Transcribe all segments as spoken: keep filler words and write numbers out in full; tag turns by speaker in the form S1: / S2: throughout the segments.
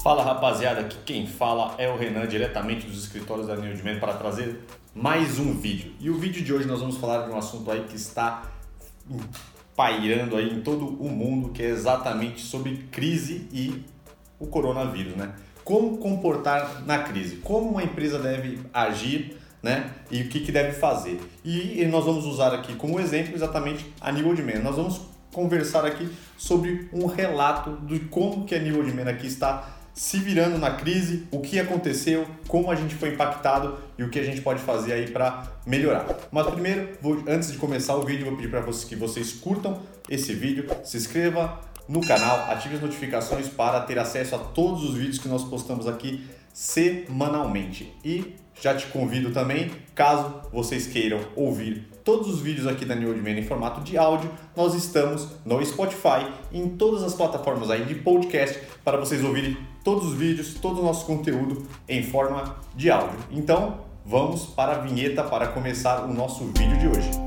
S1: Fala rapaziada, aqui quem fala é o Renan, diretamente dos escritórios da Newdman, para trazer mais um vídeo. E o vídeo de hoje nós vamos falar de um assunto aí que está pairando aí em todo o mundo, que é exatamente sobre crise e o coronavírus, né? Como comportar na crise, como uma empresa deve agir, né? E o que, que deve fazer. E nós vamos usar aqui como exemplo exatamente a Newdman. Nós vamos conversar aqui sobre um relato de como que a Newdman aqui está se virando na crise, o que aconteceu, como a gente foi impactado e o que a gente pode fazer aí para melhorar. Mas primeiro, vou, antes de começar o vídeo, vou pedir para vocês que vocês curtam esse vídeo, se inscreva no canal, ative as notificações para ter acesso a todos os vídeos que nós postamos aqui semanalmente. E já te convido também, caso vocês queiram ouvir todos os vídeos aqui da Newdman em formato de áudio, nós estamos no Spotify, em todas as plataformas aí de podcast, para vocês ouvirem todos os vídeos, todo o nosso conteúdo em forma de áudio. Então, vamos para a vinheta para começar o nosso vídeo de hoje.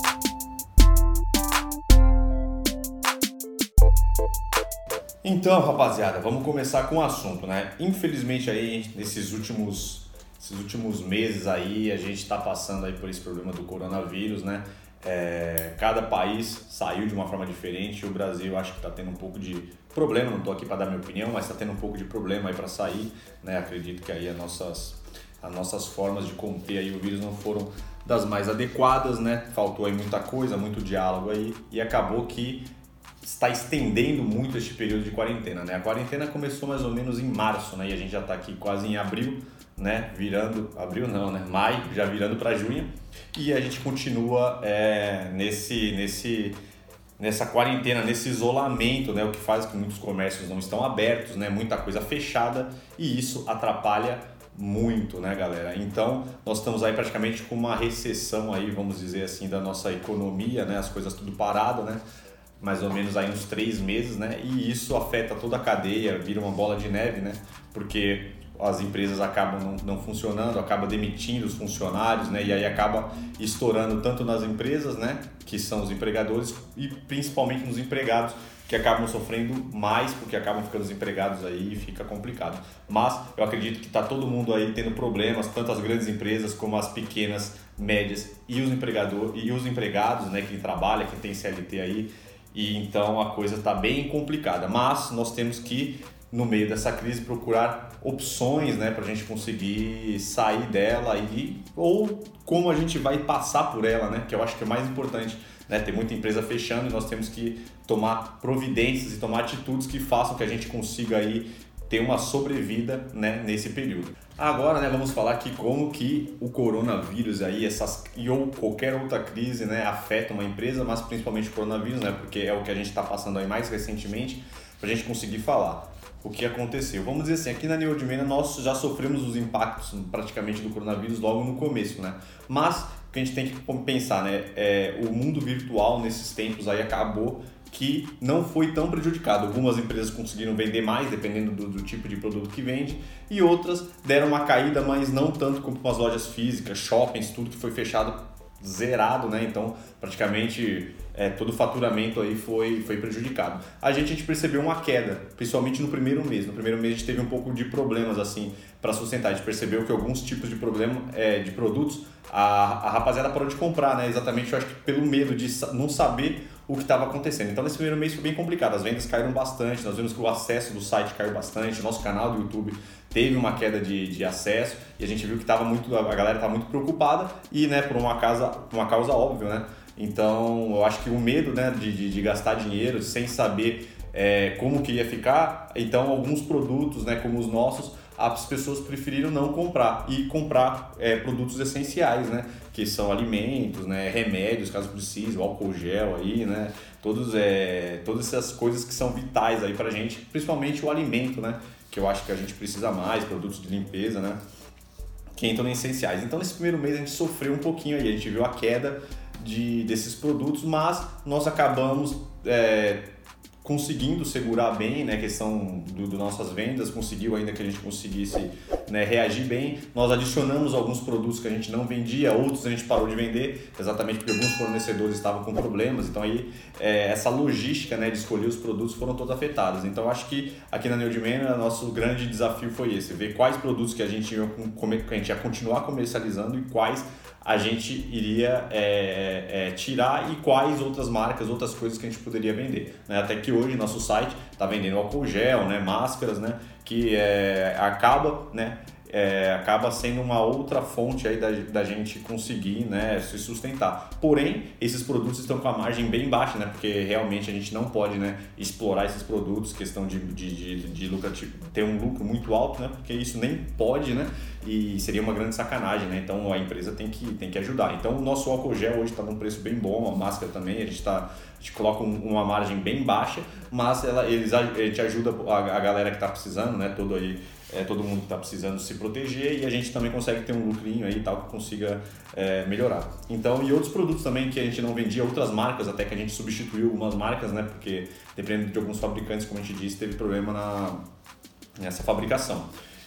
S1: Então, rapaziada, vamos começar com o assunto, né? Infelizmente aí, nesses últimos, esses últimos meses aí, a gente está passando aí por esse problema do coronavírus, né? É, cada país saiu de uma forma diferente. O Brasil acho que está tendo um pouco de problema, não estou aqui para dar minha opinião, mas está tendo um pouco de problema aí para sair, né? Acredito que aí as nossas, as nossas formas de conter aí o vírus não foram das mais adequadas, né? Faltou aí muita coisa, muito diálogo aí e acabou que está estendendo muito este período de quarentena, né? A quarentena começou mais ou menos em março, né? E a gente já está aqui quase em abril, né? Virando, abril não, né? Maio, já virando para junho. E a gente continua é, nesse, nesse, nessa quarentena, nesse isolamento, né? O que faz com que muitos comércios não estão abertos, né? Muita coisa fechada e isso atrapalha muito, né, galera? Então, nós estamos aí praticamente com uma recessão aí, vamos dizer assim, da nossa economia, né? As coisas tudo parado, né? Mais ou menos aí uns três meses, né? E isso afeta toda a cadeia, vira uma bola de neve, né? Porque as empresas acabam não, não funcionando, acaba demitindo os funcionários, né? E aí acaba estourando tanto nas empresas, né? Que são os empregadores e principalmente nos empregados, que acabam sofrendo mais porque acabam ficando desempregados aí e fica complicado. Mas eu acredito que está todo mundo aí tendo problemas, tanto as grandes empresas como as pequenas, médias e os empregadores e os empregados, né? Quem trabalha, quem tem C L T aí. E então a coisa está bem complicada, mas nós temos que, no meio dessa crise, procurar opções, né, para a gente conseguir sair dela e, ou como a gente vai passar por ela, né, que eu acho que é mais importante, né, tem muita empresa fechando e nós temos que tomar providências e tomar atitudes que façam que a gente consiga aí ter uma sobrevida, né, nesse período. Agora, né, vamos falar aqui como que o coronavírus aí, essas, e ou qualquer outra crise, né, afeta uma empresa, mas principalmente o coronavírus, né, porque é o que a gente está passando aí mais recentemente, para a gente conseguir falar o que aconteceu. Vamos dizer assim, aqui na Newdman nós já sofremos os impactos praticamente do coronavírus logo no começo, né, mas o que a gente tem que pensar, né, é, o mundo virtual nesses tempos aí acabou que não foi tão prejudicado. Algumas empresas conseguiram vender mais, dependendo do, do tipo de produto que vende, e outras deram uma caída, mas não tanto como as lojas físicas, shoppings, tudo que foi fechado, zerado, né? Então, praticamente é, todo o faturamento aí foi, foi prejudicado. A gente, a gente percebeu uma queda, principalmente no primeiro mês. No primeiro mês a gente teve um pouco de problemas assim para sustentar. A gente percebeu que alguns tipos de problema, é, de produtos, a, a rapaziada parou de comprar, né? Exatamente, eu acho que pelo medo de não saber o que estava acontecendo. Então, nesse primeiro mês foi bem complicado. As vendas caíram bastante, nós vimos que o acesso do site caiu bastante, o nosso canal do YouTube teve uma queda de, de acesso e a gente viu que tava muito, a galera estava muito preocupada e, né, por uma causa, uma causa óbvia, né? Então, eu acho que o medo, né, de, de, de gastar dinheiro sem saber é, como que ia ficar, então alguns produtos, né, como os nossos, as pessoas preferiram não comprar e comprar é, produtos essenciais, né? Que são alimentos, né? Remédios, caso precise, o álcool gel aí, né? Todos, é, todas essas coisas que são vitais aí pra gente, principalmente o alimento, né? Que eu acho que a gente precisa mais, produtos de limpeza, né? Que entram em essenciais. Então, nesse primeiro mês a gente sofreu um pouquinho aí, a gente viu a queda de, desses produtos, mas nós acabamos é, conseguindo segurar bem, né, a questão do, do nossas vendas, conseguiu ainda que a gente conseguisse, né, reagir bem. Nós adicionamos alguns produtos que a gente não vendia, outros a gente parou de vender, exatamente porque alguns fornecedores estavam com problemas, então aí é, essa logística, né, de escolher os produtos foram todas afetadas. Então acho que aqui na Neodimena nosso grande desafio foi esse, ver quais produtos que a gente ia, que a gente ia continuar comercializando e quais a gente iria é, é, tirar e quais outras marcas, outras coisas que a gente poderia vender, né? Até que hoje nosso site está vendendo álcool gel, né? Máscaras, né? Que é, acaba, né? É, acaba sendo uma outra fonte aí da, da gente conseguir, né, se sustentar. Porém, esses produtos estão com a margem bem baixa, né, porque realmente a gente não pode, né, explorar esses produtos, questão de, de, de, de lucrativo, ter um lucro muito alto, né, porque isso nem pode, né, e seria uma grande sacanagem, né, então a empresa tem que, tem que ajudar. Então o nosso álcool gel hoje está num preço bem bom, a máscara também, a gente, tá, a gente coloca um, uma margem bem baixa, mas ela, eles, a gente ajuda a, a galera que está precisando, né, todo aí, É, todo mundo está precisando se proteger e a gente também consegue ter um lucrinho aí tal que consiga é, melhorar. Então, e outros produtos também que a gente não vendia, outras marcas até que a gente substituiu algumas marcas, né? Porque dependendo de alguns fabricantes, como a gente disse, teve problema na, nessa fabricação.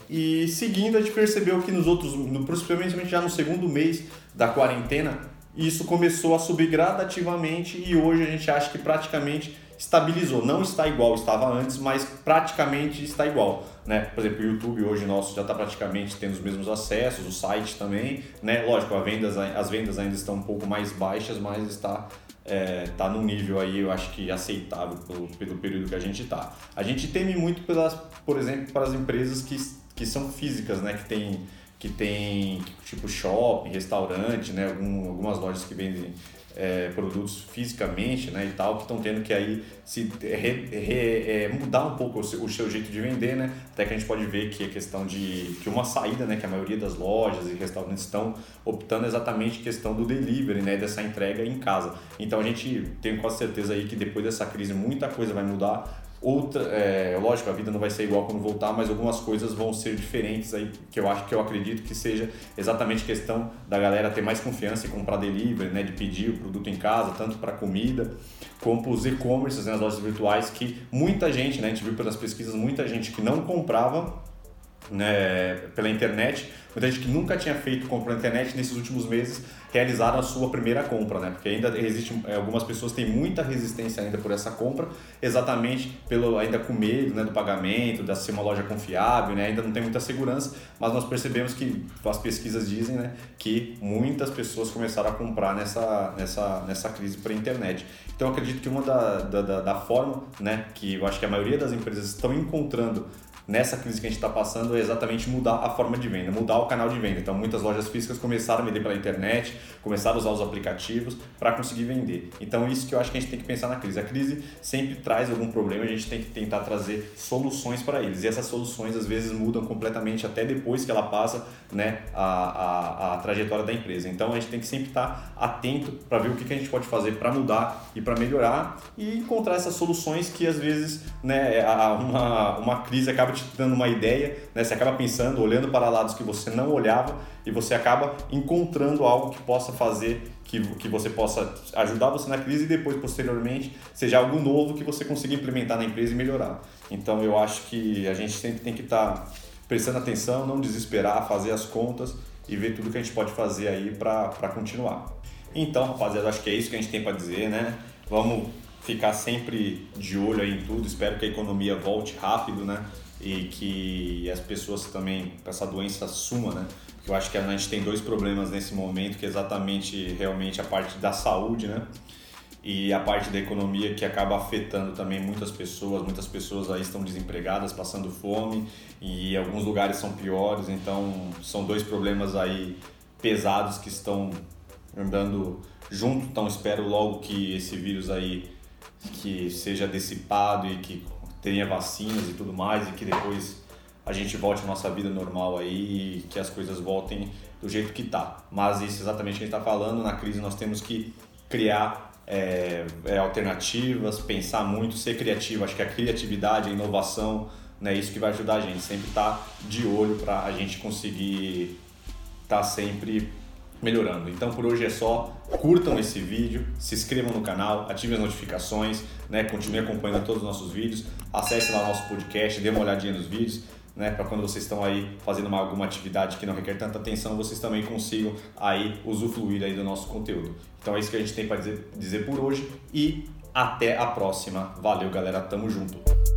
S1: E seguindo, a gente percebeu que nos outros, no, principalmente já no segundo mês da quarentena, isso começou a subir gradativamente e hoje a gente acha que praticamente estabilizou, não está igual estava antes, mas praticamente está igual, né? Por exemplo, o YouTube hoje nosso já está praticamente tendo os mesmos acessos, o site também, né? Lógico, a vendas, as vendas ainda estão um pouco mais baixas, mas está é, tá num nível aí, eu acho que aceitável pelo, pelo período que a gente está. A gente teme muito, pelas, por exemplo, para as empresas que, que são físicas, né? Que tem, que tem tipo shopping, restaurante, né? Algum, algumas lojas que vendem É, produtos fisicamente, né, e tal, que estão tendo que aí se re, re, é, mudar um pouco o seu, o seu jeito de vender, né, até que a gente pode ver que a questão de que uma saída, né, que a maioria das lojas e restaurantes estão optando exatamente a questão do delivery, né, dessa entrega em casa. Então a gente tem quase certeza aí que depois dessa crise muita coisa vai mudar. Outra, é, lógico, a vida não vai ser igual quando voltar, mas algumas coisas vão ser diferentes aí, que eu acho que eu acredito que seja exatamente questão da galera ter mais confiança em comprar delivery, né, de pedir o produto em casa, tanto para comida, como para os e-commerces, né, as lojas virtuais, que muita gente, né, a gente viu pelas pesquisas, muita gente que não comprava, né, pela internet, muita gente que nunca tinha feito compra na internet nesses últimos meses realizaram a sua primeira compra, né? Porque ainda existe, algumas pessoas têm muita resistência ainda por essa compra, exatamente pelo ainda com medo, né, do pagamento, de ser uma loja confiável, né? Ainda não tem muita segurança, mas nós percebemos que as pesquisas dizem, né, que muitas pessoas começaram a comprar nessa, nessa, nessa crise pela internet. Então eu acredito que uma da, da, da forma, né, que eu acho que a maioria das empresas estão encontrando nessa crise que a gente está passando é exatamente mudar a forma de venda, mudar o canal de venda. Então muitas lojas físicas começaram a vender pela internet, começaram a usar os aplicativos para conseguir vender. Então isso que eu acho que a gente tem que pensar na crise. A crise sempre traz algum problema, a gente tem que tentar trazer soluções para eles. E essas soluções às vezes mudam completamente até depois que ela passa, né, a, a, a trajetória da empresa. Então a gente tem que sempre estar atento para ver o que, que a gente pode fazer para mudar e para melhorar e encontrar essas soluções que às vezes, né, uma, uma crise acaba te dando uma ideia, né? Você acaba pensando, olhando para lados que você não olhava e você acaba encontrando algo que possa fazer, que, que você possa ajudar você na crise e depois, posteriormente, seja algo novo que você consiga implementar na empresa e melhorar. Então, eu acho que a gente sempre tem que estar prestando atenção, não desesperar, fazer as contas e ver tudo que a gente pode fazer aí para continuar. Então, rapaziada, acho que é isso que a gente tem para dizer, né? Vamos ficar sempre de olho aí em tudo, espero que a economia volte rápido, né? E que as pessoas também, essa doença suma, né? Porque eu acho que a gente tem dois problemas nesse momento, que é exatamente realmente a parte da saúde, né? E a parte da economia, que acaba afetando também muitas pessoas, muitas pessoas aí estão desempregadas, passando fome, e alguns lugares são piores, então são dois problemas aí pesados que estão andando junto, então espero logo que esse vírus aí que seja dissipado e que tenha vacinas e tudo mais e que depois a gente volte à nossa vida normal aí e que as coisas voltem do jeito que tá. Mas isso exatamente o que a gente está falando, na crise nós temos que criar é, é, alternativas, pensar muito, ser criativo. Acho que a criatividade, a inovação, né, isso que vai ajudar a gente, sempre estar tá de olho para a gente conseguir estar tá sempre melhorando. Então por hoje é só, curtam esse vídeo, se inscrevam no canal, ativem as notificações, né? Continuem acompanhando todos os nossos vídeos, acessem lá o nosso podcast, dê uma olhadinha nos vídeos, né? Para quando vocês estão aí fazendo uma, alguma atividade que não requer tanta atenção, vocês também consigam aí usufruir aí do nosso conteúdo. Então é isso que a gente tem para dizer, dizer por hoje e até a próxima. Valeu, galera, tamo junto!